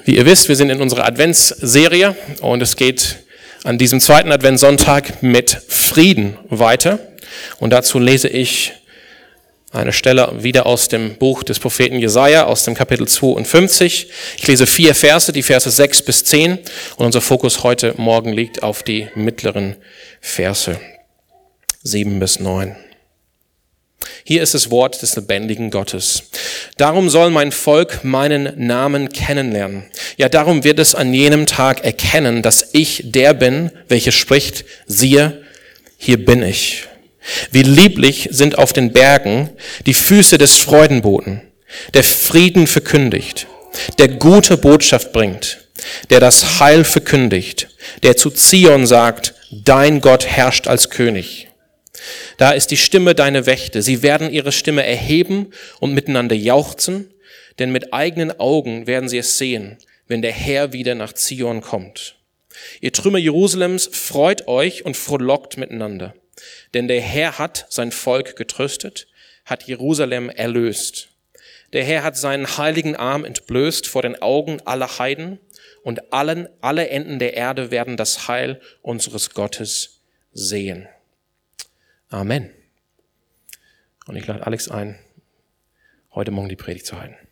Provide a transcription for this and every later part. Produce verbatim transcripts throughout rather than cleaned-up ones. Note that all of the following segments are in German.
Wie ihr wisst, wir sind in unserer Adventsserie und es geht an diesem zweiten Adventssonntag mit Frieden weiter. Und dazu lese ich eine Stelle wieder aus dem Buch des Propheten Jesaja, aus dem Kapitel zweiundfünfzig. Ich lese vier Verse, die Verse sechs bis zehn. Und unser Fokus heute Morgen liegt auf die mittleren Verse sieben bis neun. Hier ist das Wort des lebendigen Gottes. Darum soll mein Volk meinen Namen kennenlernen. Ja, darum wird es an jenem Tag erkennen, dass ich der bin, welcher spricht, siehe, hier bin ich. Wie lieblich sind auf den Bergen die Füße des Freudenboten, der Frieden verkündigt, der gute Botschaft bringt, der das Heil verkündigt, der zu Zion sagt, dein Gott herrscht als König. Da ist die Stimme deiner Wächter. Sie werden ihre Stimme erheben und miteinander jauchzen, denn mit eigenen Augen werden sie es sehen, wenn der Herr wieder nach Zion kommt. Ihr Trümmer Jerusalems, freut euch und frohlockt miteinander, denn der Herr hat sein Volk getröstet, hat Jerusalem erlöst. Der Herr hat seinen heiligen Arm entblößt vor den Augen aller Heiden und allen, alle Enden der Erde werden das Heil unseres Gottes sehen. Amen. Und ich lade Alex ein, heute Morgen die Predigt zu halten.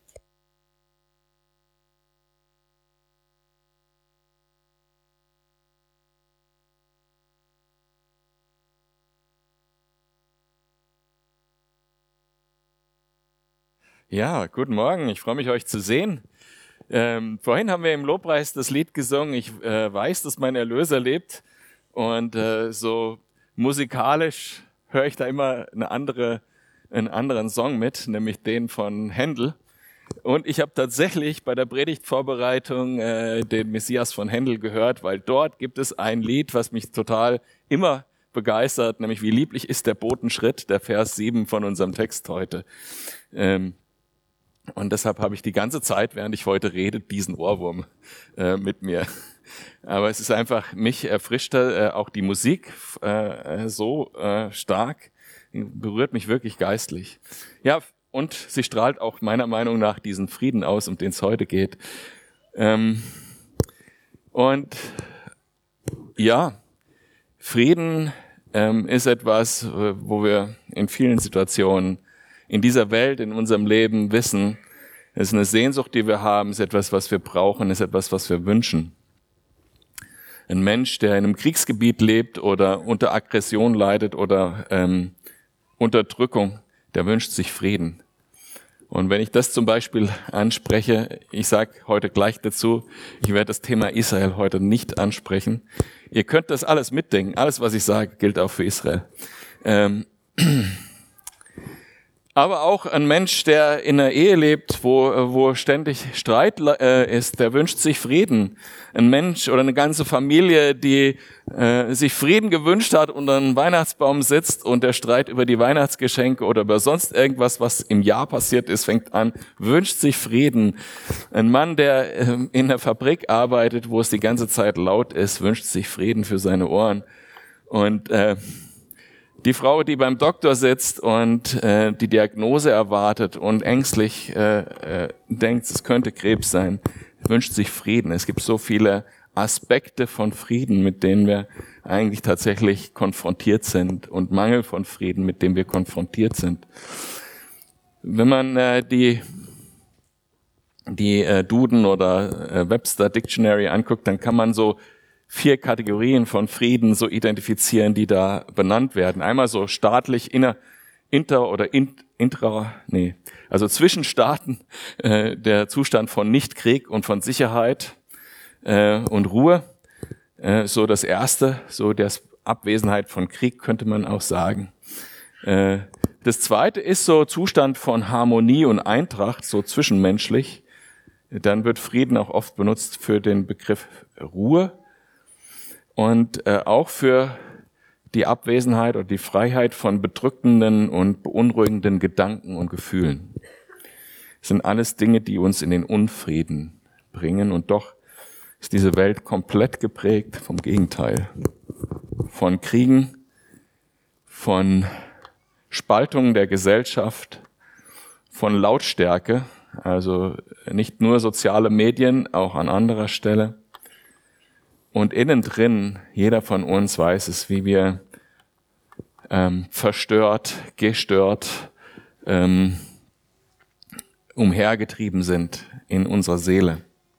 Ja, guten Morgen. Ich freue mich, euch zu sehen. Ähm, vorhin haben wir im Lobpreis das Lied gesungen, ich äh, weiß, dass mein Erlöser lebt. Und äh, so musikalisch höre ich da immer eine andere, einen anderen Song mit, nämlich den von Händel. Und ich habe tatsächlich bei der Predigtvorbereitung äh, den Messias von Händel gehört, weil dort gibt es ein Lied, was mich total immer begeistert, nämlich wie lieblich ist der Botenschritt, der Vers sieben von unserem Text heute. Ähm, und deshalb habe ich die ganze Zeit, während ich heute rede, diesen Ohrwurm äh, mit mir. Aber es ist einfach, mich erfrischt äh, auch die Musik äh, so äh, stark, berührt mich wirklich geistlich. Ja, und sie strahlt auch meiner Meinung nach diesen Frieden aus, um den es heute geht. Ähm, und ja, Frieden ähm, ist etwas, wo wir in vielen Situationen in dieser Welt, in unserem Leben wissen, es ist eine Sehnsucht, die wir haben, es ist etwas, was wir brauchen, es ist etwas, was wir wünschen. Ein Mensch, der in einem Kriegsgebiet lebt oder unter Aggression leidet oder ähm, Unterdrückung, der wünscht sich Frieden. Und wenn ich das zum Beispiel anspreche, ich sage heute gleich dazu, ich werde das Thema Israel heute nicht ansprechen. Ihr könnt das alles mitdenken, alles, was ich sage, gilt auch für Israel. Ähm, Aber auch ein Mensch, der in einer Ehe lebt, wo, wo ständig Streit äh, ist, der wünscht sich Frieden. Ein Mensch oder eine ganze Familie, die äh, sich Frieden gewünscht hat, unter einem Weihnachtsbaum sitzt und der Streit über die Weihnachtsgeschenke oder über sonst irgendwas, was im Jahr passiert ist, fängt an, wünscht sich Frieden. Ein Mann, der äh, in einer Fabrik arbeitet, wo es die ganze Zeit laut ist, wünscht sich Frieden für seine Ohren. Und äh, die Frau, die beim Doktor sitzt und äh, die Diagnose erwartet und ängstlich äh, äh, denkt, es könnte Krebs sein, wünscht sich Frieden. Es gibt so viele Aspekte von Frieden, mit denen wir eigentlich tatsächlich konfrontiert sind und Mangel von Frieden, mit dem wir konfrontiert sind. Wenn man äh, die die äh, Duden oder äh, Webster Dictionary anguckt, dann kann man so vier Kategorien von Frieden so identifizieren, die da benannt werden. Einmal so staatlich, inner, inter oder in, intra, nee, also zwischen Staaten, äh, der Zustand von Nichtkrieg und von Sicherheit äh, und Ruhe. Äh, so das erste, so das Abwesenheit von Krieg könnte man auch sagen. Äh, das zweite ist so Zustand von Harmonie und Eintracht, so zwischenmenschlich. Dann wird Frieden auch oft benutzt für den Begriff Ruhe. Und äh, auch für die Abwesenheit oder die Freiheit von bedrückenden und beunruhigenden Gedanken und Gefühlen. Das sind alles Dinge, die uns in den Unfrieden bringen. Und doch ist diese Welt komplett geprägt vom Gegenteil. Von Kriegen, von Spaltungen der Gesellschaft, von Lautstärke, Also nicht nur soziale Medien, auch an anderer Stelle. Und innen drin, jeder von uns weiß es, wie wir ähm, verstört, gestört, ähm, umhergetrieben sind in unserer Seele.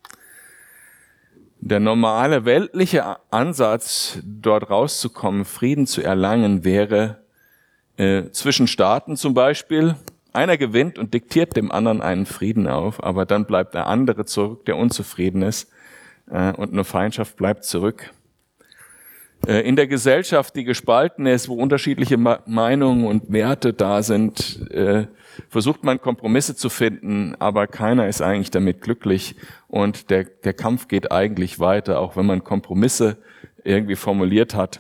Der normale weltliche Ansatz, dort rauszukommen, Frieden zu erlangen, wäre äh, zwischen Staaten zum Beispiel. Einer gewinnt und diktiert dem anderen einen Frieden auf, aber dann bleibt der andere zurück, der unzufrieden ist, äh, und eine Feindschaft bleibt zurück. Äh, in der Gesellschaft, die gespalten ist, wo unterschiedliche Ma- Meinungen und Werte da sind, äh, versucht man Kompromisse zu finden, aber keiner ist eigentlich damit glücklich und der, der Kampf geht eigentlich weiter, auch wenn man Kompromisse irgendwie formuliert hat.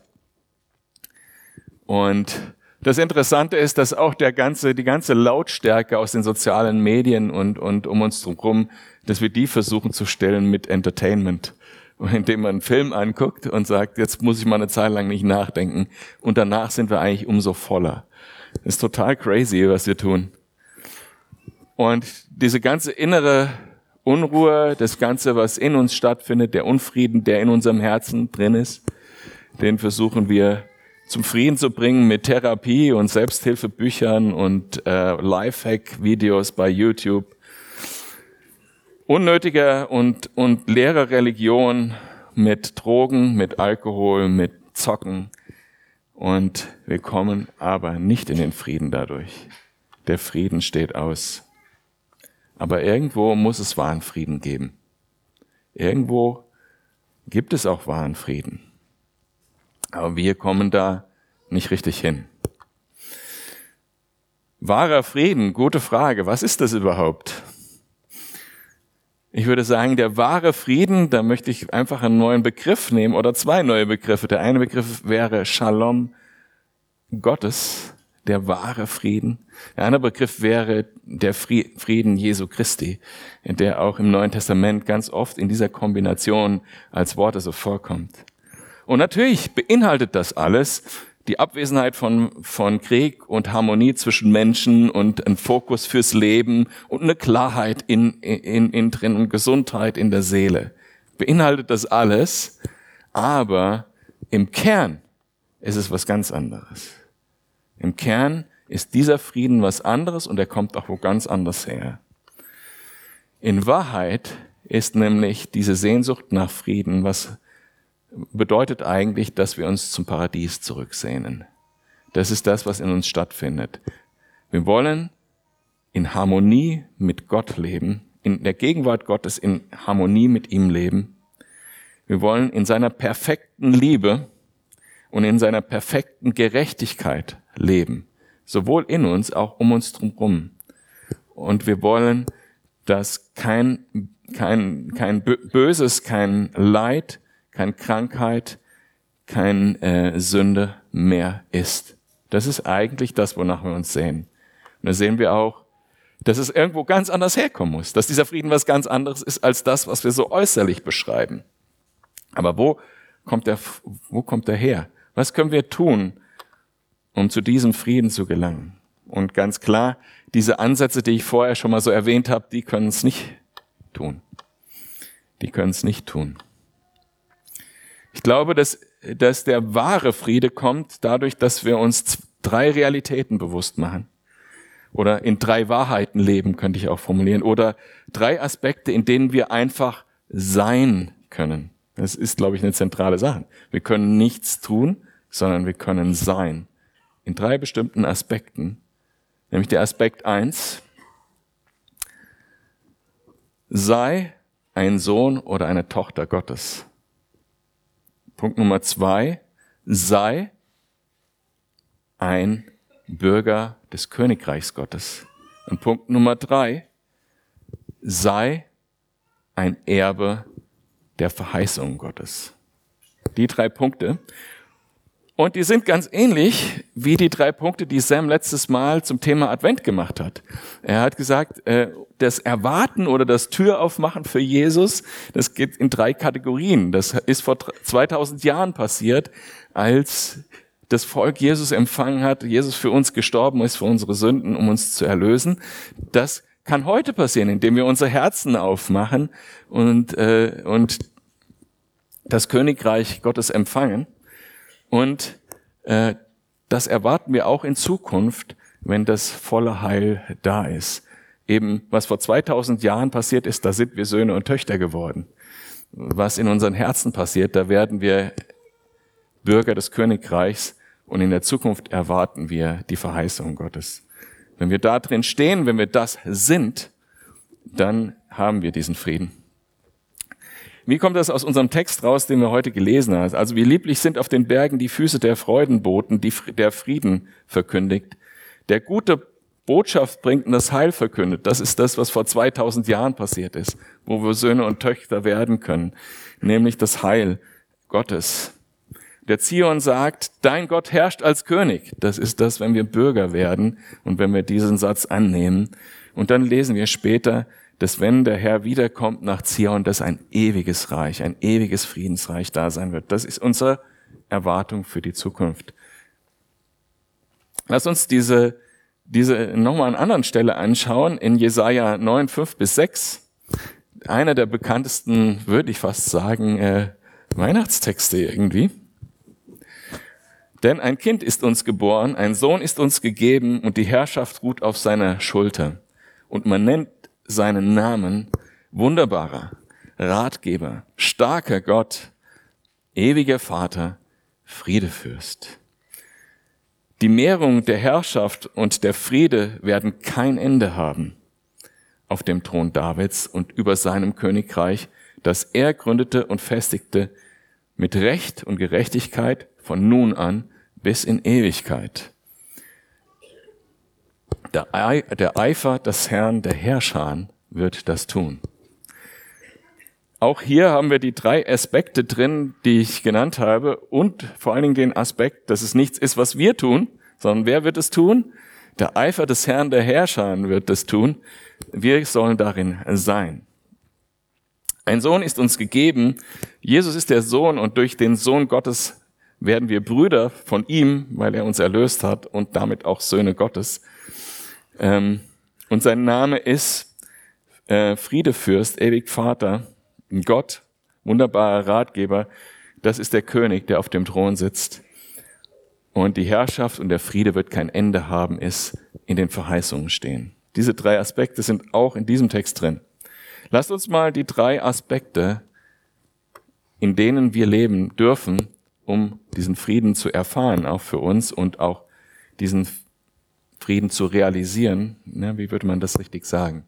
Und das Interessante ist, dass auch der ganze, die ganze Lautstärke aus den sozialen Medien und, und um uns herum, dass wir die versuchen zu stellen mit Entertainment. Indem man einen Film anguckt und sagt, jetzt muss ich mal eine Zeit lang nicht nachdenken. Und danach sind wir eigentlich umso voller. Das ist total crazy, was wir tun. Und diese ganze innere Unruhe, das Ganze, was in uns stattfindet, der Unfrieden, der in unserem Herzen drin ist, den versuchen wir zum Frieden zu bringen mit Therapie und Selbsthilfebüchern und äh, Lifehack-Videos bei YouTube. Unnötige und, und leere Religion mit Drogen, mit Alkohol, mit Zocken. Und wir kommen aber nicht in den Frieden dadurch. Der Frieden steht aus. Aber irgendwo muss es wahren Frieden geben. Irgendwo gibt es auch wahren Frieden. Aber wir kommen da nicht richtig hin. Wahrer Frieden, gute Frage. Was ist das überhaupt? Ich würde sagen, der wahre Frieden, da möchte ich einfach einen neuen Begriff nehmen oder zwei neue Begriffe. Der eine Begriff wäre Shalom Gottes, der wahre Frieden. Der andere Begriff wäre der Frieden Jesu Christi, der auch im Neuen Testament ganz oft in dieser Kombination als Worte so vorkommt. Und natürlich beinhaltet das alles die Abwesenheit von, von Krieg und Harmonie zwischen Menschen und ein Fokus fürs Leben und eine Klarheit in, in, in drin und Gesundheit in der Seele. Beinhaltet das alles, aber im Kern ist es was ganz anderes. Im Kern ist dieser Frieden was anderes und er kommt auch wo ganz anders her. In Wahrheit ist nämlich diese Sehnsucht nach Frieden was bedeutet eigentlich, dass wir uns zum Paradies zurücksehnen. Das ist das, was in uns stattfindet. Wir wollen in Harmonie mit Gott leben, in der Gegenwart Gottes in Harmonie mit ihm leben. Wir wollen in seiner perfekten Liebe und in seiner perfekten Gerechtigkeit leben. Sowohl in uns, auch um uns drumherum. Und wir wollen, dass kein, kein, kein Böses, kein Leid, keine Krankheit, keine äh, Sünde mehr ist. Das ist eigentlich das, wonach wir uns sehen. Und da sehen wir auch, dass es irgendwo ganz anders herkommen muss, dass dieser Frieden was ganz anderes ist als das, was wir so äußerlich beschreiben. Aber wo kommt der, wo kommt der her? Was können wir tun, um zu diesem Frieden zu gelangen? Und ganz klar, diese Ansätze, die ich vorher schon mal so erwähnt habe, die können es nicht tun. Die können es nicht tun. Ich glaube, dass, dass der wahre Friede kommt dadurch, dass wir uns drei Realitäten bewusst machen. Oder in drei Wahrheiten leben, könnte ich auch formulieren. Oder drei Aspekte, in denen wir einfach sein können. Das ist, glaube ich, eine zentrale Sache. Wir können nichts tun, sondern wir können sein. In drei bestimmten Aspekten. Nämlich der Aspekt eins. Sei ein Sohn oder eine Tochter Gottes. Punkt Nummer zwei, sei ein Bürger des Königreichs Gottes. Und Punkt Nummer drei, sei ein Erbe der Verheißung Gottes. Die drei Punkte. Und die sind ganz ähnlich wie die drei Punkte, die Sam letztes Mal zum Thema Advent gemacht hat. Er hat gesagt, das Erwarten oder das Türaufmachen für Jesus, das geht in drei Kategorien. Das ist vor zweitausend Jahren passiert, als das Volk Jesus empfangen hat, Jesus für uns gestorben ist, für unsere Sünden, um uns zu erlösen. Das kann heute passieren, indem wir unsere Herzen aufmachen und, äh, und das Königreich Gottes empfangen. Und äh, das erwarten wir auch in Zukunft, wenn das volle Heil da ist. Eben, was vor zweitausend Jahren passiert ist, da sind wir Söhne und Töchter geworden. Was in unseren Herzen passiert, da werden wir Bürger des Königreichs und in der Zukunft erwarten wir die Verheißung Gottes. Wenn wir da drin stehen, wenn wir das sind, dann haben wir diesen Frieden. Wie kommt das aus unserem Text raus, den wir heute gelesen haben? Also wie lieblich sind auf den Bergen die Füße der Freudenboten, die der Frieden verkündigt, der gute Botschaft bringt und das Heil verkündet. Das ist das, was vor zweitausend Jahren passiert ist, wo wir Söhne und Töchter werden können, nämlich das Heil Gottes. Der Zion sagt, dein Gott herrscht als König. Das ist das, wenn wir Bürger werden und wenn wir diesen Satz annehmen. Und dann lesen wir später, dass wenn der Herr wiederkommt nach Zion, dass ein ewiges Reich, ein ewiges Friedensreich da sein wird. Das ist unsere Erwartung für die Zukunft. Lass uns diese, diese nochmal an einer anderen Stelle anschauen, in Jesaja neun, fünf bis sechs. Einer der bekanntesten, würde ich fast sagen, äh, Weihnachtstexte irgendwie. Denn ein Kind ist uns geboren, ein Sohn ist uns gegeben und die Herrschaft ruht auf seiner Schulter. Und man nennt seinen Namen Wunderbarer, Ratgeber, starker Gott, ewiger Vater, Friedefürst. Die Mehrung der Herrschaft und der Friede werden kein Ende haben auf dem Thron Davids und über seinem Königreich, das er gründete und festigte mit Recht und Gerechtigkeit von nun an bis in Ewigkeit. Der, Ei, der Eifer des Herrn, der Herrscher, wird das tun. Auch hier haben wir die drei Aspekte drin, die ich genannt habe, und vor allen Dingen den Aspekt, dass es nichts ist, was wir tun, sondern wer wird es tun? Der Eifer des Herrn, der Herrscher, wird es tun. Wir sollen darin sein. Ein Sohn ist uns gegeben. Jesus ist der Sohn und durch den Sohn Gottes werden wir Brüder von ihm, weil er uns erlöst hat und damit auch Söhne Gottes. Und sein Name ist Friedefürst, ewig Vater, Gott, wunderbarer Ratgeber. Das ist der König, der auf dem Thron sitzt. Und die Herrschaft und der Friede wird kein Ende haben, ist in den Verheißungen stehen. Diese drei Aspekte sind auch in diesem Text drin. Lasst uns mal die drei Aspekte, in denen wir leben dürfen, um diesen Frieden zu erfahren, auch für uns und auch diesen Frieden zu realisieren. Ne, wie würde man das richtig sagen?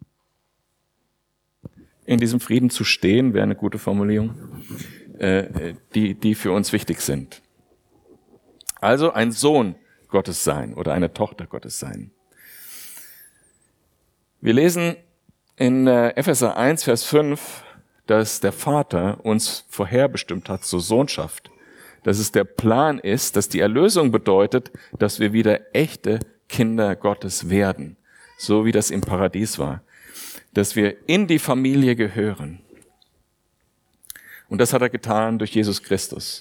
In diesem Frieden zu stehen, wäre eine gute Formulierung, äh, die, die für uns wichtig sind. Also ein Sohn Gottes sein oder eine Tochter Gottes sein. Wir lesen in Epheser eins, Vers fünf, dass der Vater uns vorherbestimmt hat zur Sohnschaft. Dass es der Plan ist, dass die Erlösung bedeutet, dass wir wieder echte Kinder Gottes werden. So wie das im Paradies war. Dass wir in die Familie gehören. Und das hat er getan durch Jesus Christus.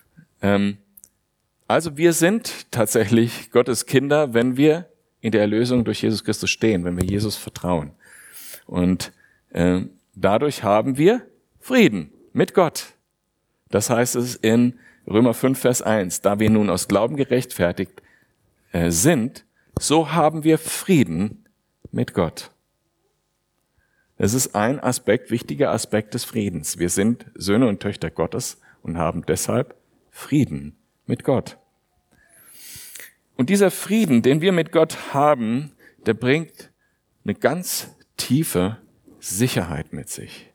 Also wir sind tatsächlich Gottes Kinder, wenn wir in der Erlösung durch Jesus Christus stehen, wenn wir Jesus vertrauen. Und äh, dadurch haben wir Frieden mit Gott. Das heißt es in Römer fünf, Vers eins. Da wir nun aus Glauben gerechtfertigt äh, sind, so haben wir Frieden mit Gott. Das ist ein Aspekt, wichtiger Aspekt des Friedens. Wir sind Söhne und Töchter Gottes und haben deshalb Frieden mit Gott. Und dieser Frieden, den wir mit Gott haben, der bringt eine ganz tiefe Sicherheit mit sich.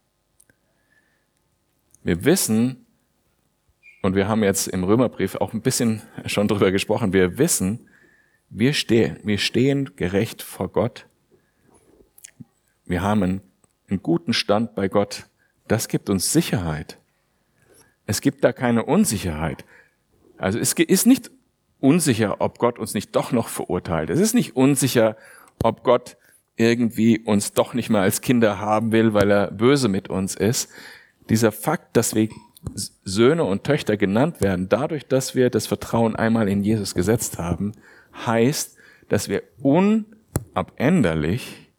Wir wissen, und wir haben jetzt im Römerbrief auch ein bisschen schon drüber gesprochen, wir wissen, wir stehen, wir stehen gerecht vor Gott. Wir haben einen, einen guten Stand bei Gott. Das gibt uns Sicherheit. Es gibt da keine Unsicherheit. Also es ist nicht unsicher, ob Gott uns nicht doch noch verurteilt. Es ist nicht unsicher, ob Gott irgendwie uns doch nicht mehr als Kinder haben will, weil er böse mit uns ist. Dieser Fakt, dass wir Söhne und Töchter genannt werden, dadurch, dass wir das Vertrauen einmal in Jesus gesetzt haben, heißt, dass wir unabänderlich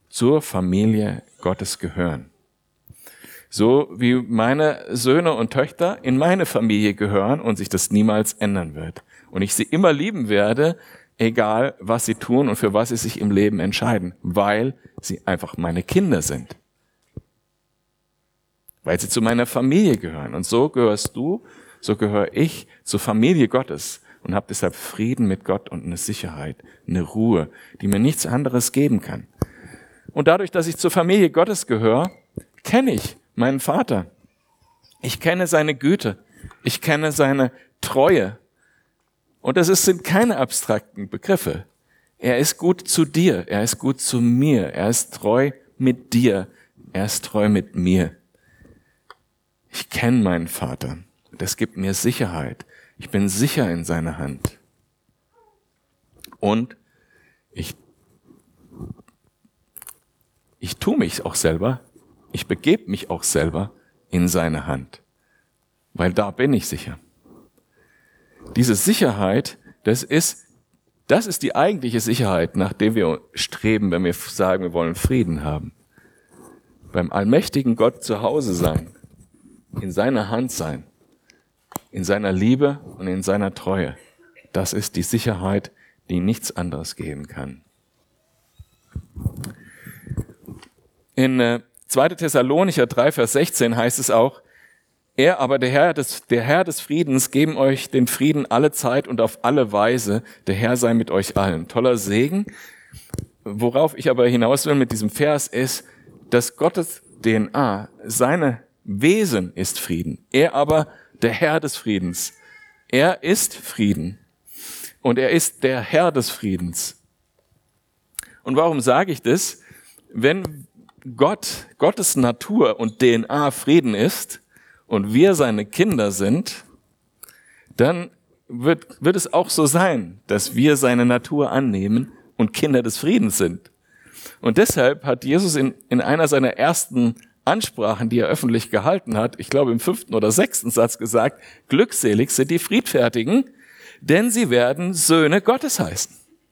zur Familie Gottes gehören. So wie meine Söhne und Töchter in meine Familie gehören und sich das niemals ändern wird. Und ich sie immer lieben werde, egal was sie tun und für was sie sich im Leben entscheiden, weil sie einfach meine Kinder sind. Weil sie zu meiner Familie gehören. Und so gehörst du, so gehöre ich zur Familie Gottes und habe deshalb Frieden mit Gott und eine Sicherheit, eine Ruhe, die mir nichts anderes geben kann. Und dadurch, dass ich zur Familie Gottes gehöre, kenne ich meinen Vater. Ich kenne seine Güte. Ich kenne seine Treue. Und das ist, sind keine abstrakten Begriffe. Er ist gut zu dir. Er ist gut zu mir. Er ist treu mit dir. Er ist treu mit mir. Ich kenne meinen Vater. Das gibt mir Sicherheit. Ich bin sicher in seiner Hand. Und ich, ich tue mich auch selber. Ich begebe mich auch selber in seine Hand. Weil da bin ich sicher. Diese Sicherheit, das ist, das ist die eigentliche Sicherheit, nach der wir streben, wenn wir sagen, wir wollen Frieden haben. Beim allmächtigen Gott zu Hause sein, in seiner Hand sein, in seiner Liebe und in seiner Treue. Das ist die Sicherheit, die nichts anderes geben kann. In äh, zweiter Thessalonicher drei, Vers sechzehn heißt es auch, er aber, der Herr, des, der Herr des Friedens, geben euch den Frieden alle Zeit und auf alle Weise. Der Herr sei mit euch allen. Toller Segen. Worauf ich aber hinaus will mit diesem Vers ist, dass Gottes D N A, seine Wesen ist Frieden. Er aber, der Herr des Friedens. Er ist Frieden. Und er ist der Herr des Friedens. Und warum sage ich das? Wenn Gott, Gottes Natur und D N A Frieden ist, und wir seine Kinder sind, dann wird, wird es auch so sein, dass wir seine Natur annehmen und Kinder des Friedens sind. Und deshalb hat Jesus in, in einer seiner ersten Ansprachen, die er öffentlich gehalten hat, ich glaube im fünften oder sechsten Satz gesagt, glückselig sind die Friedfertigen, denn sie werden Söhne Gottes heißen.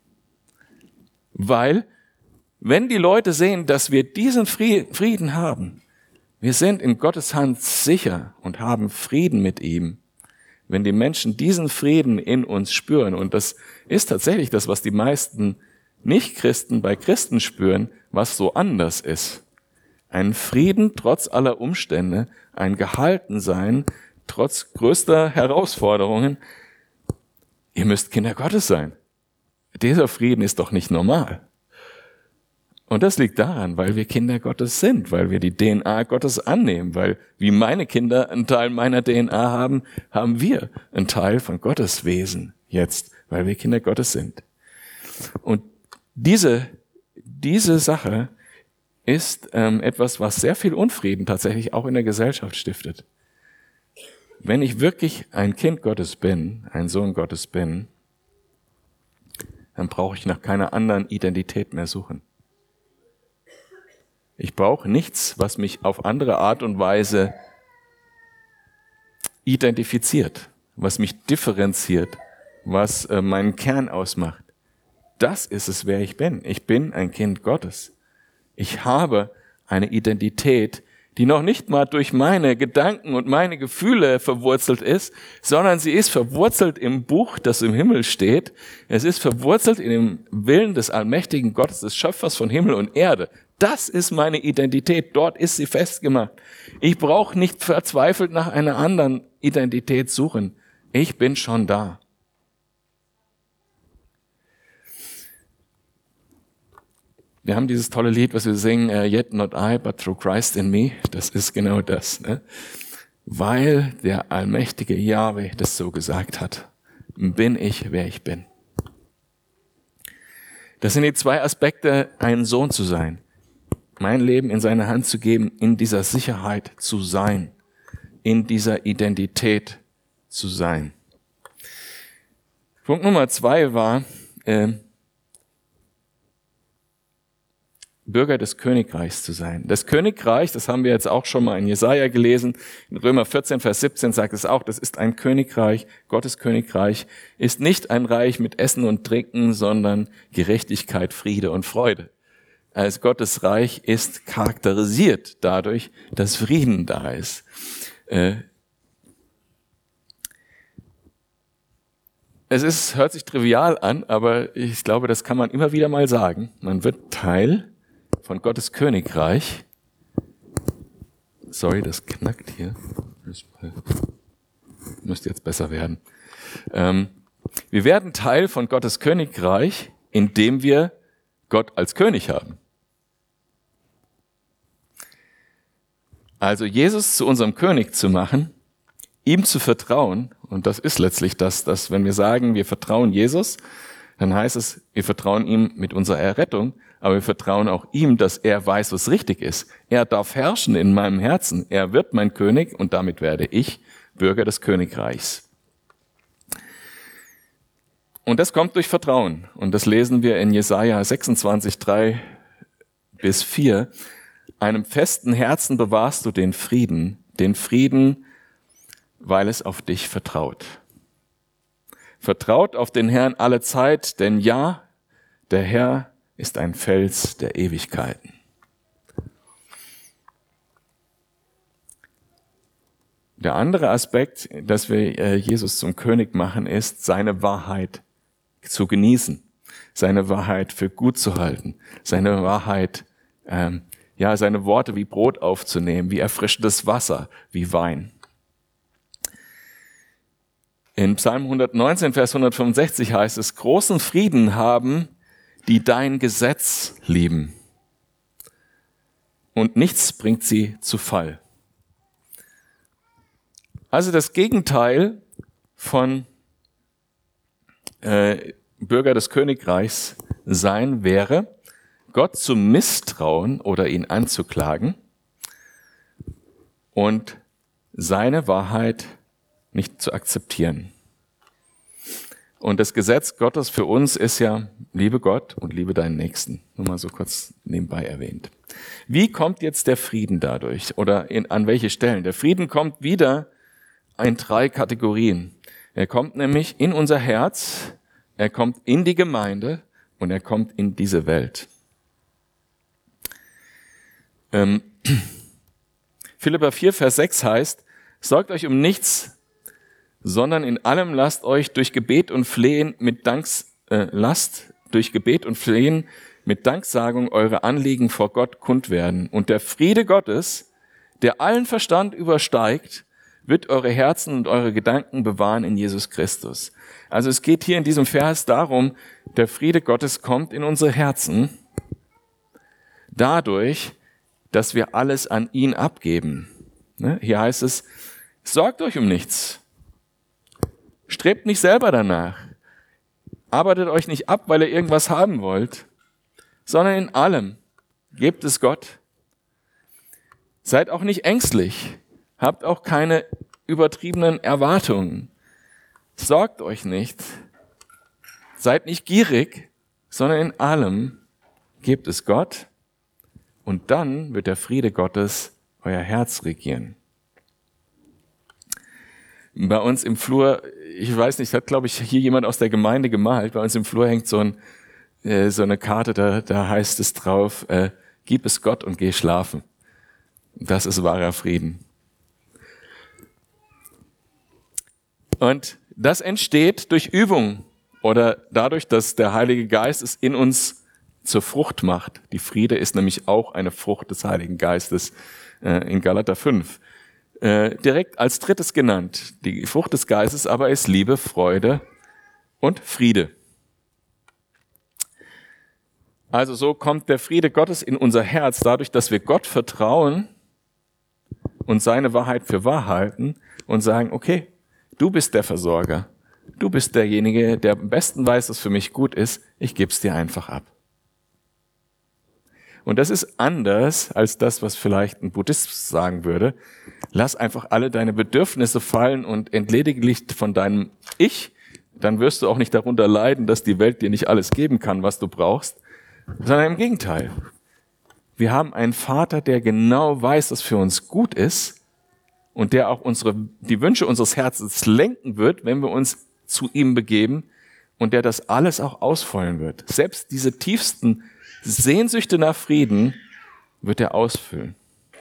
Weil, wenn die Leute sehen, dass wir diesen Frieden haben, wir sind in Gottes Hand sicher und haben Frieden mit ihm. Wenn die Menschen diesen Frieden in uns spüren, und das ist tatsächlich das, was die meisten Nicht-Christen bei Christen spüren, was so anders ist. Ein Frieden trotz aller Umstände, ein Gehaltensein trotz größter Herausforderungen. Ihr müsst Kinder Gottes sein. Dieser Frieden ist doch nicht normal. Und das liegt daran, weil wir Kinder Gottes sind, weil wir die D N A Gottes annehmen, weil wie meine Kinder einen Teil meiner D N A haben, haben wir einen Teil von Gottes Wesen jetzt, weil wir Kinder Gottes sind. Und diese, diese Sache ist ähm, etwas, was sehr viel Unfrieden tatsächlich auch in der Gesellschaft stiftet. Wenn ich wirklich ein Kind Gottes bin, ein Sohn Gottes bin, dann brauche ich nach keiner anderen Identität mehr suchen. Ich brauche nichts, was mich auf andere Art und Weise identifiziert, was mich differenziert, was äh, meinen Kern ausmacht. Das ist es, wer ich bin. Ich bin ein Kind Gottes. Ich habe eine Identität, die noch nicht mal durch meine Gedanken und meine Gefühle verwurzelt ist, sondern sie ist verwurzelt im Buch, das im Himmel steht. Es ist verwurzelt in dem Willen des allmächtigen Gottes, des Schöpfers von Himmel und Erde. Das ist meine Identität, dort ist sie festgemacht. Ich brauche nicht verzweifelt nach einer anderen Identität suchen. Ich bin schon da. Wir haben dieses tolle Lied, was wir singen, uh, Yet not I, but through Christ in me. Das ist genau das. Ne? Weil der allmächtige Jahwe das so gesagt hat, bin ich, wer ich bin. Das sind die zwei Aspekte, ein Sohn zu sein. Mein Leben in seine Hand zu geben, in dieser Sicherheit zu sein, in dieser Identität zu sein. Punkt Nummer zwei war, äh, Bürger des Königreichs zu sein. Das Königreich, das haben wir jetzt auch schon mal in Jesaja gelesen, in Römer vierzehn, Vers siebzehn sagt es auch, das ist ein Königreich, Gottes Königreich ist nicht ein Reich mit Essen und Trinken, sondern Gerechtigkeit, Friede und Freude. als Gottes Reich ist charakterisiert dadurch, dass Frieden da ist. Äh, es ist, hört sich trivial an, aber ich glaube, das kann man immer wieder mal sagen. Man wird Teil von Gottes Königreich. Sorry, das knackt hier. Das müsste jetzt besser werden. Ähm, wir werden Teil von Gottes Königreich, indem wir Gott als König haben. Also Jesus zu unserem König zu machen, ihm zu vertrauen, und das ist letztlich das, dass wenn wir sagen, wir vertrauen Jesus, dann heißt es, wir vertrauen ihm mit unserer Errettung, aber wir vertrauen auch ihm, dass er weiß, was richtig ist. Er darf herrschen in meinem Herzen. Er wird mein König und damit werde ich Bürger des Königreichs. Und das kommt durch Vertrauen. Und das lesen wir in Jesaja sechsundzwanzig, drei bis vier. Einem festen Herzen bewahrst du den Frieden, den Frieden, weil es auf dich vertraut. Vertraut auf den Herrn alle Zeit, denn ja, der Herr ist ein Fels der Ewigkeiten. Der andere Aspekt, dass wir Jesus zum König machen, ist, seine Wahrheit zu genießen, seine Wahrheit für gut zu halten, seine Wahrheit, ähm, ja, seine Worte wie Brot aufzunehmen, wie erfrischendes Wasser, wie Wein. In Psalm hundertneunzehn, Vers hundertfünfundsechzig heißt es, großen Frieden haben, die dein Gesetz lieben. Und nichts bringt sie zu Fall. Also das Gegenteil von äh, Bürger des Königreichs sein wäre, Gott zu misstrauen oder ihn anzuklagen und seine Wahrheit nicht zu akzeptieren. Und das Gesetz Gottes für uns ist ja, liebe Gott und liebe deinen Nächsten. Nur mal so kurz nebenbei erwähnt. Wie kommt jetzt der Frieden dadurch? Oder in, an welche Stellen? Der Frieden kommt wieder in drei Kategorien. Er kommt nämlich in unser Herz, er kommt in die Gemeinde und er kommt in diese Welt. Ähm, Philipper vier, Vers sechs heißt, sorgt euch um nichts, sondern in allem lasst euch durch Gebet und Flehen mit Danks, äh, lasst durch Gebet und Flehen mit Danksagung eure Anliegen vor Gott kund werden. Und der Friede Gottes, der allen Verstand übersteigt, wird eure Herzen und eure Gedanken bewahren in Jesus Christus. Also es geht hier in diesem Vers darum, der Friede Gottes kommt in unsere Herzen dadurch, dass wir alles an ihn abgeben. Hier heißt es, sorgt euch um nichts. Strebt nicht selber danach. Arbeitet euch nicht ab, weil ihr irgendwas haben wollt, sondern in allem gebt es Gott. Seid auch nicht ängstlich. Habt auch keine übertriebenen Erwartungen. Sorgt euch nicht. Seid nicht gierig, sondern in allem gebt es Gott. Und dann wird der Friede Gottes euer Herz regieren. Bei uns im Flur, ich weiß nicht, hat glaube ich hier jemand aus der Gemeinde gemalt, bei uns im Flur hängt so, ein, äh, so eine Karte, da, da heißt es drauf, äh, gib es Gott und geh schlafen. Das ist wahrer Frieden. Und das entsteht durch Übung oder dadurch, dass der Heilige Geist es in uns zur Frucht macht. Die Friede ist nämlich auch eine Frucht des Heiligen Geistes äh, in Galater fünf. Äh, direkt als drittes genannt. Die Frucht des Geistes aber ist Liebe, Freude und Friede. Also so kommt der Friede Gottes in unser Herz dadurch, dass wir Gott vertrauen und seine Wahrheit für wahr halten und sagen, okay, du bist der Versorger. Du bist derjenige, der am besten weiß, was für mich gut ist. Ich gebe es dir einfach ab. Und das ist anders als das, was vielleicht ein Buddhist sagen würde. Lass einfach alle deine Bedürfnisse fallen und entledige dich von deinem Ich. Dann wirst du auch nicht darunter leiden, dass die Welt dir nicht alles geben kann, was du brauchst, sondern im Gegenteil. Wir haben einen Vater, der genau weiß, was für uns gut ist und der auch unsere, die Wünsche unseres Herzens lenken wird, wenn wir uns zu ihm begeben und der das alles auch ausfüllen wird. Selbst diese tiefsten Sehnsüchte nach Frieden wird er ausfüllen.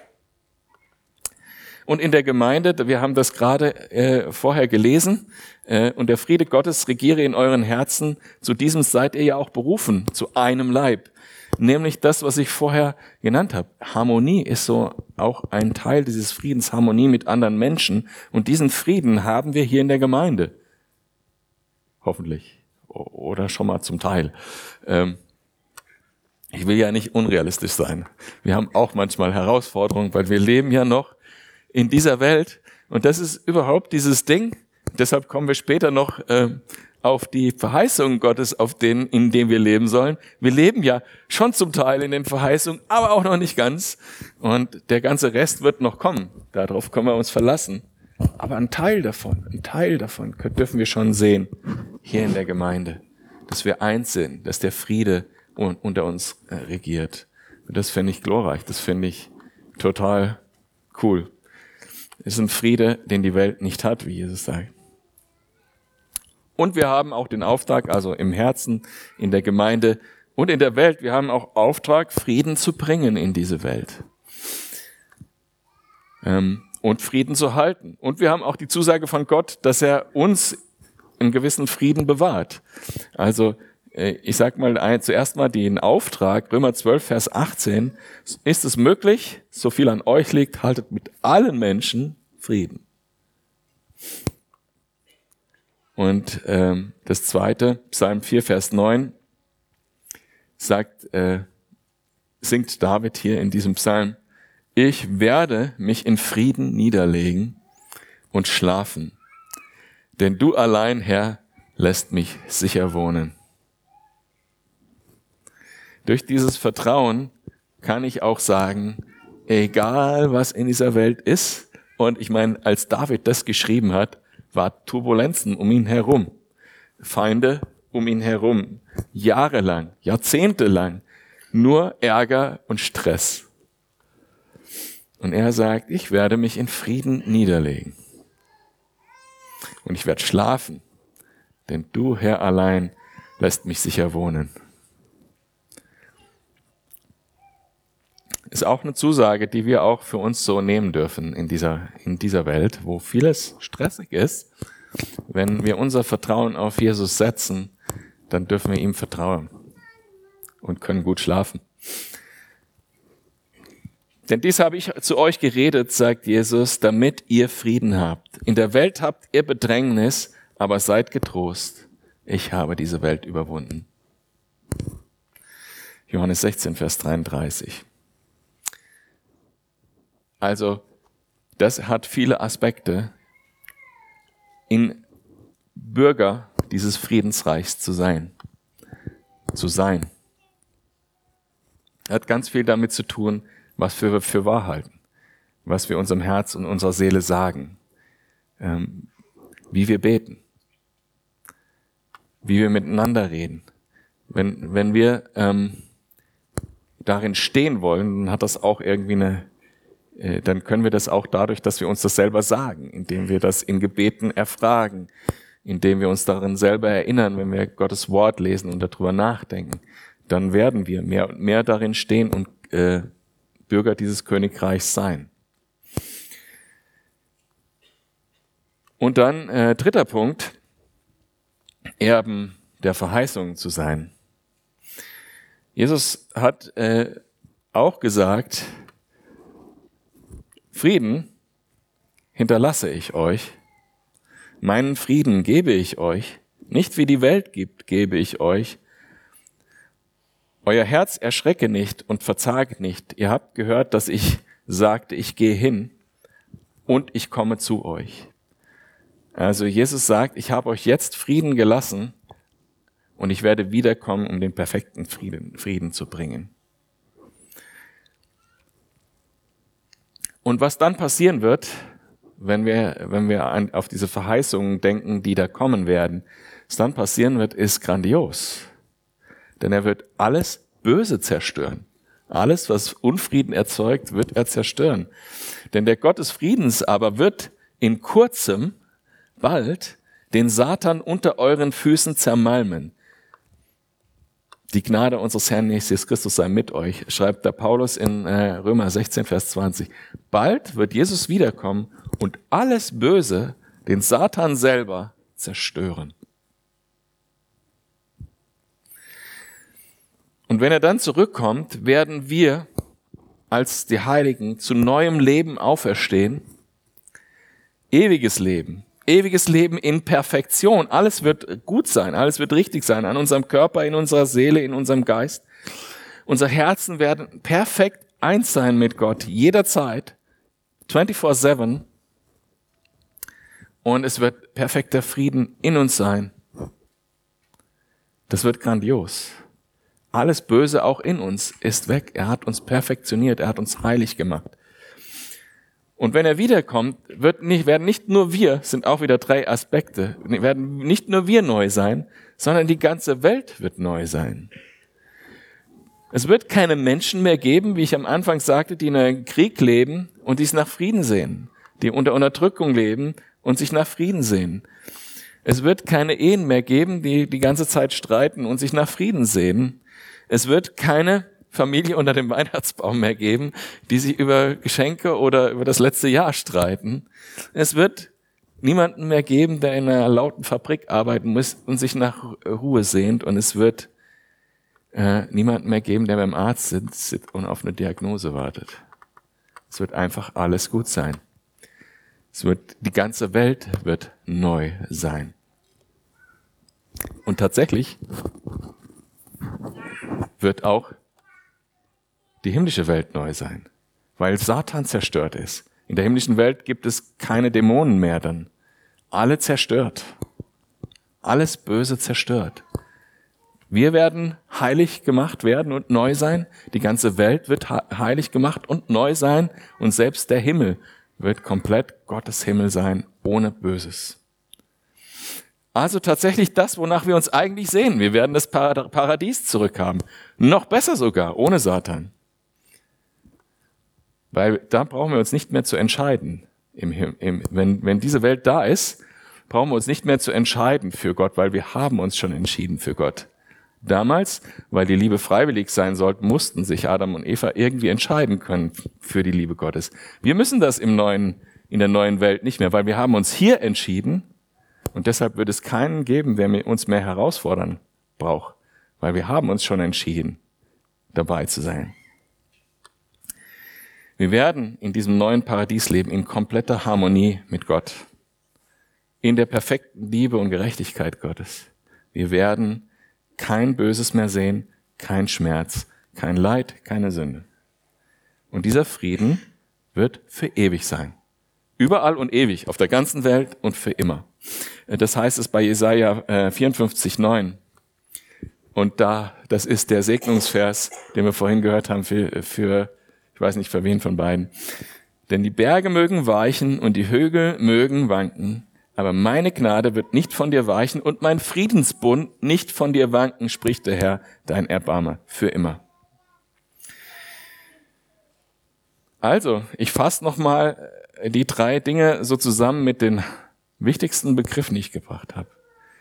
Und in der Gemeinde, wir haben das gerade äh, vorher gelesen, äh, und der Friede Gottes regiere in euren Herzen, zu diesem seid ihr ja auch berufen, zu einem Leib. Nämlich das, was ich vorher genannt habe. Harmonie ist so auch ein Teil dieses Friedens, Harmonie mit anderen Menschen. Und diesen Frieden haben wir hier in der Gemeinde. Hoffentlich. Oder schon mal zum Teil. Ähm, ich will ja nicht unrealistisch sein. Wir haben auch manchmal Herausforderungen, weil wir leben ja noch in dieser Welt. Und das ist überhaupt dieses Ding. Deshalb kommen wir später noch äh, auf die Verheißungen Gottes, auf denen, in denen wir leben sollen. Wir leben ja schon zum Teil in den Verheißungen, aber auch noch nicht ganz. Und der ganze Rest wird noch kommen. Darauf können wir uns verlassen. Aber ein Teil davon, ein Teil davon dürfen wir schon sehen hier in der Gemeinde. Dass wir eins sind, dass der Friede unter uns äh, regiert. Und das finde ich glorreich, das finde ich total cool. Es ist ein Friede, den die Welt nicht hat, wie Jesus sagt. Und wir haben auch den Auftrag, also im Herzen, in der Gemeinde und in der Welt, wir haben auch Auftrag, Frieden zu bringen in diese Welt. Ähm, und Frieden zu halten. Und wir haben auch die Zusage von Gott, dass er uns einen gewissen Frieden bewahrt. Also ich sage mal ein, zuerst mal den Auftrag, Römer zwölf, Vers achtzehn, ist es möglich, so viel an euch liegt, haltet mit allen Menschen Frieden. Und ähm, das zweite, Psalm vier, Vers neun, sagt, äh, singt David hier in diesem Psalm, ich werde mich in Frieden niederlegen und schlafen, denn du allein, Herr, lässt mich sicher wohnen. Durch dieses Vertrauen kann ich auch sagen, egal was in dieser Welt ist, und ich meine, als David das geschrieben hat, war Turbulenzen um ihn herum, Feinde um ihn herum, jahrelang, jahrzehntelang, nur Ärger und Stress. Und er sagt, ich werde mich in Frieden niederlegen. Und ich werde schlafen, denn du, Herr, allein lässt mich sicher wohnen. Ist auch eine Zusage, die wir auch für uns so nehmen dürfen in dieser, in dieser Welt, wo vieles stressig ist. Wenn wir unser Vertrauen auf Jesus setzen, dann dürfen wir ihm vertrauen und können gut schlafen. Denn dies habe ich zu euch geredet, sagt Jesus, damit ihr Frieden habt. In der Welt habt ihr Bedrängnis, aber seid getrost. Ich habe diese Welt überwunden. Johannes sechzehn, Vers dreiunddreißig. Also, das hat viele Aspekte, in Bürger dieses Friedensreichs zu sein. Zu sein. Hat ganz viel damit zu tun, was wir für wahr halten, was wir unserem Herz und unserer Seele sagen, ähm, wie wir beten, wie wir miteinander reden. Wenn, wenn wir ähm, darin stehen wollen, dann hat das auch irgendwie eine dann können wir das auch dadurch, dass wir uns das selber sagen, indem wir das in Gebeten erfragen, indem wir uns darin selber erinnern, wenn wir Gottes Wort lesen und darüber nachdenken, dann werden wir mehr und mehr darin stehen und äh, Bürger dieses Königreichs sein. Und dann äh, dritter Punkt, Erben der Verheißungen zu sein. Jesus hat äh, auch gesagt, Frieden hinterlasse ich euch, meinen Frieden gebe ich euch, nicht wie die Welt gibt, gebe ich euch. Euer Herz erschrecke nicht und verzage nicht. Ihr habt gehört, dass ich sagte, ich gehe hin und ich komme zu euch. Also Jesus sagt, ich habe euch jetzt Frieden gelassen und ich werde wiederkommen, um den perfekten Frieden, Frieden zu bringen. Und was dann passieren wird, wenn wir, wenn wir an, auf diese Verheißungen denken, die da kommen werden, was dann passieren wird, ist grandios. Denn er wird alles Böse zerstören. Alles, was Unfrieden erzeugt, wird er zerstören. Denn der Gott des Friedens aber wird in kurzem, bald, den Satan unter euren Füßen zermalmen. Die Gnade unseres Herrn Jesus Christus sei mit euch, schreibt der Paulus in äh, Römer sechzehn, Vers zwanzig. Bald wird Jesus wiederkommen und alles Böse, den Satan selber, zerstören. Und wenn er dann zurückkommt, werden wir als die Heiligen zu neuem Leben auferstehen. Ewiges Leben. Ewiges Leben in Perfektion. Alles wird gut sein, alles wird richtig sein, an unserem Körper, in unserer Seele, in unserem Geist. Unsere Herzen werden perfekt eins sein mit Gott, jederzeit, vierundzwanzig sieben. Und es wird perfekter Frieden in uns sein. Das wird grandios. Alles Böse auch in uns ist weg. Er hat uns perfektioniert, er hat uns heilig gemacht. Und wenn er wiederkommt, wird nicht, werden nicht nur wir, sind auch wieder drei Aspekte, werden nicht nur wir neu sein, sondern die ganze Welt wird neu sein. Es wird keine Menschen mehr geben, wie ich am Anfang sagte, die in einem Krieg leben und die es nach Frieden sehen, die unter Unterdrückung leben und sich nach Frieden sehen. Es wird keine Ehen mehr geben, die die ganze Zeit streiten und sich nach Frieden sehen. Es wird keine Familie unter dem Weihnachtsbaum mehr geben, die sich über Geschenke oder über das letzte Jahr streiten. Es wird niemanden mehr geben, der in einer lauten Fabrik arbeiten muss und sich nach Ruhe sehnt. Und es wird äh, niemanden mehr geben, der beim Arzt sitzt und auf eine Diagnose wartet. Es wird einfach alles gut sein. Es wird, die ganze Welt wird neu sein. Und tatsächlich wird auch die himmlische Welt neu sein, weil Satan zerstört ist. In der himmlischen Welt gibt es keine Dämonen mehr dann. Alle zerstört. Alles Böse zerstört. Wir werden heilig gemacht werden und neu sein. Die ganze Welt wird heilig gemacht und neu sein. Und selbst der Himmel wird komplett Gottes Himmel sein, ohne Böses. Also tatsächlich das, wonach wir uns eigentlich sehen. Wir werden das Paradies zurückhaben. Noch besser sogar, ohne Satan. Weil da brauchen wir uns nicht mehr zu entscheiden. Im, im, wenn, wenn diese Welt da ist, brauchen wir uns nicht mehr zu entscheiden für Gott, weil wir haben uns schon entschieden für Gott. Damals, weil die Liebe freiwillig sein sollte, mussten sich Adam und Eva irgendwie entscheiden können für die Liebe Gottes. Wir müssen das im neuen, in der neuen Welt nicht mehr, weil wir haben uns hier entschieden und deshalb wird es keinen geben, der uns mehr herausfordern braucht, weil wir haben uns schon entschieden, dabei zu sein. Wir werden in diesem neuen Paradies leben, in kompletter Harmonie mit Gott, in der perfekten Liebe und Gerechtigkeit Gottes. Wir werden kein Böses mehr sehen, kein Schmerz, kein Leid, keine Sünde. Und dieser Frieden wird für ewig sein. Überall und ewig, auf der ganzen Welt und für immer. Das heißt es bei Jesaja vierundfünfzig, neun. Und da, das ist der Segnungsvers, den wir vorhin gehört haben für, für ich weiß nicht für wen von beiden. Denn die Berge mögen weichen und die Hügel mögen wanken, aber meine Gnade wird nicht von dir weichen und mein Friedensbund nicht von dir wanken, spricht der Herr, dein Erbarmer, für immer. Also, ich fasse nochmal die drei Dinge so zusammen mit den wichtigsten Begriffen, die ich gebracht habe.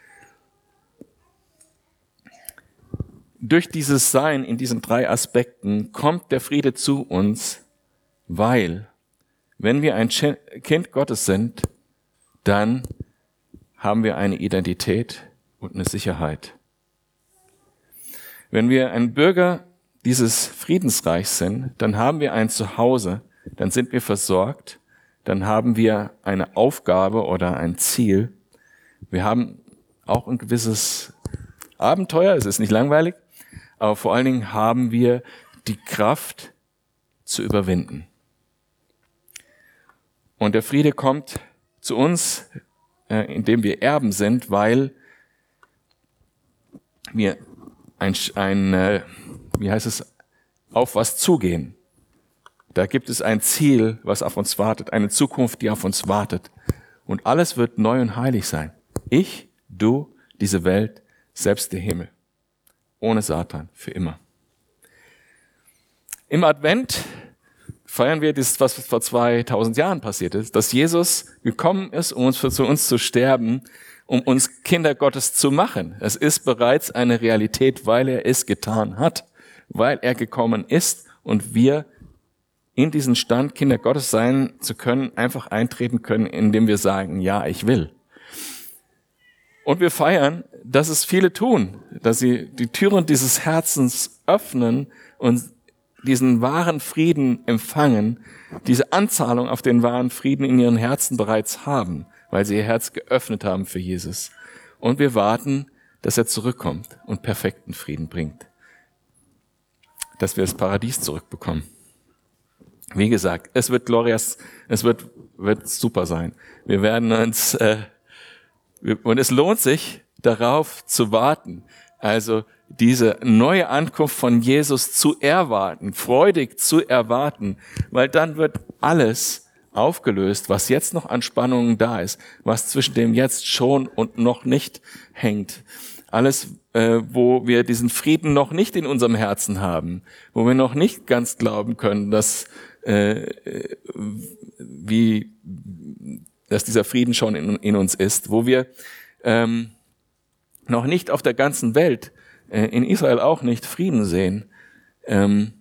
Durch dieses Sein in diesen drei Aspekten kommt der Friede zu uns, weil, wenn wir ein Kind Gottes sind, dann haben wir eine Identität und eine Sicherheit. Wenn wir ein Bürger dieses Friedensreichs sind, dann haben wir ein Zuhause, dann sind wir versorgt, dann haben wir eine Aufgabe oder ein Ziel. Wir haben auch ein gewisses Abenteuer, es ist nicht langweilig, aber vor allen Dingen haben wir die Kraft zu überwinden. Und der Friede kommt zu uns, äh, indem wir Erben sind, weil wir ein, ein äh, wie heißt es, auf was zugehen. Da gibt es ein Ziel, was auf uns wartet, eine Zukunft, die auf uns wartet. Und alles wird neu und heilig sein. Ich, du, diese Welt, selbst der Himmel. Ohne Satan, für immer. Im Advent feiern wir das, was vor zweitausend Jahren passiert ist, dass Jesus gekommen ist, um uns für, zu uns zu sterben, um uns Kinder Gottes zu machen. Es ist bereits eine Realität, weil er es getan hat, weil er gekommen ist und wir in diesen Stand, Kinder Gottes sein zu können, einfach eintreten können, indem wir sagen, ja, ich will. Und wir feiern, dass es viele tun, dass sie die Türen dieses Herzens öffnen und diesen wahren Frieden empfangen, diese Anzahlung auf den wahren Frieden in ihren Herzen bereits haben, weil sie ihr Herz geöffnet haben für Jesus. Und wir warten, dass er zurückkommt und perfekten Frieden bringt. Dass wir das Paradies zurückbekommen. Wie gesagt, es wird glorious, es wird, wird super sein. Wir werden uns, äh, und es lohnt sich, darauf zu warten. Also diese neue Ankunft von Jesus zu erwarten, freudig zu erwarten, weil dann wird alles aufgelöst, was jetzt noch an Spannungen da ist, was zwischen dem jetzt schon und noch nicht hängt. Alles, äh, wo wir diesen Frieden noch nicht in unserem Herzen haben, wo wir noch nicht ganz glauben können, dass äh, wie dass dieser Frieden schon in, in uns ist, wo wir ähm, noch nicht auf der ganzen Welt, äh, in Israel auch nicht, Frieden sehen, ähm,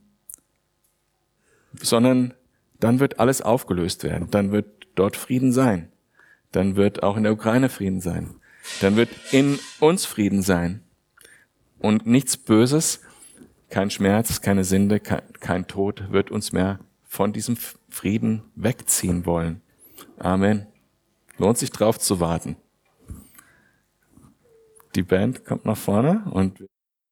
sondern dann wird alles aufgelöst werden. Dann wird dort Frieden sein. Dann wird auch in der Ukraine Frieden sein. Dann wird in uns Frieden sein. Und nichts Böses, kein Schmerz, keine Sünde, kein, kein Tod wird uns mehr von diesem Frieden wegziehen wollen. Amen. Lohnt sich drauf zu warten. Die Band kommt nach vorne und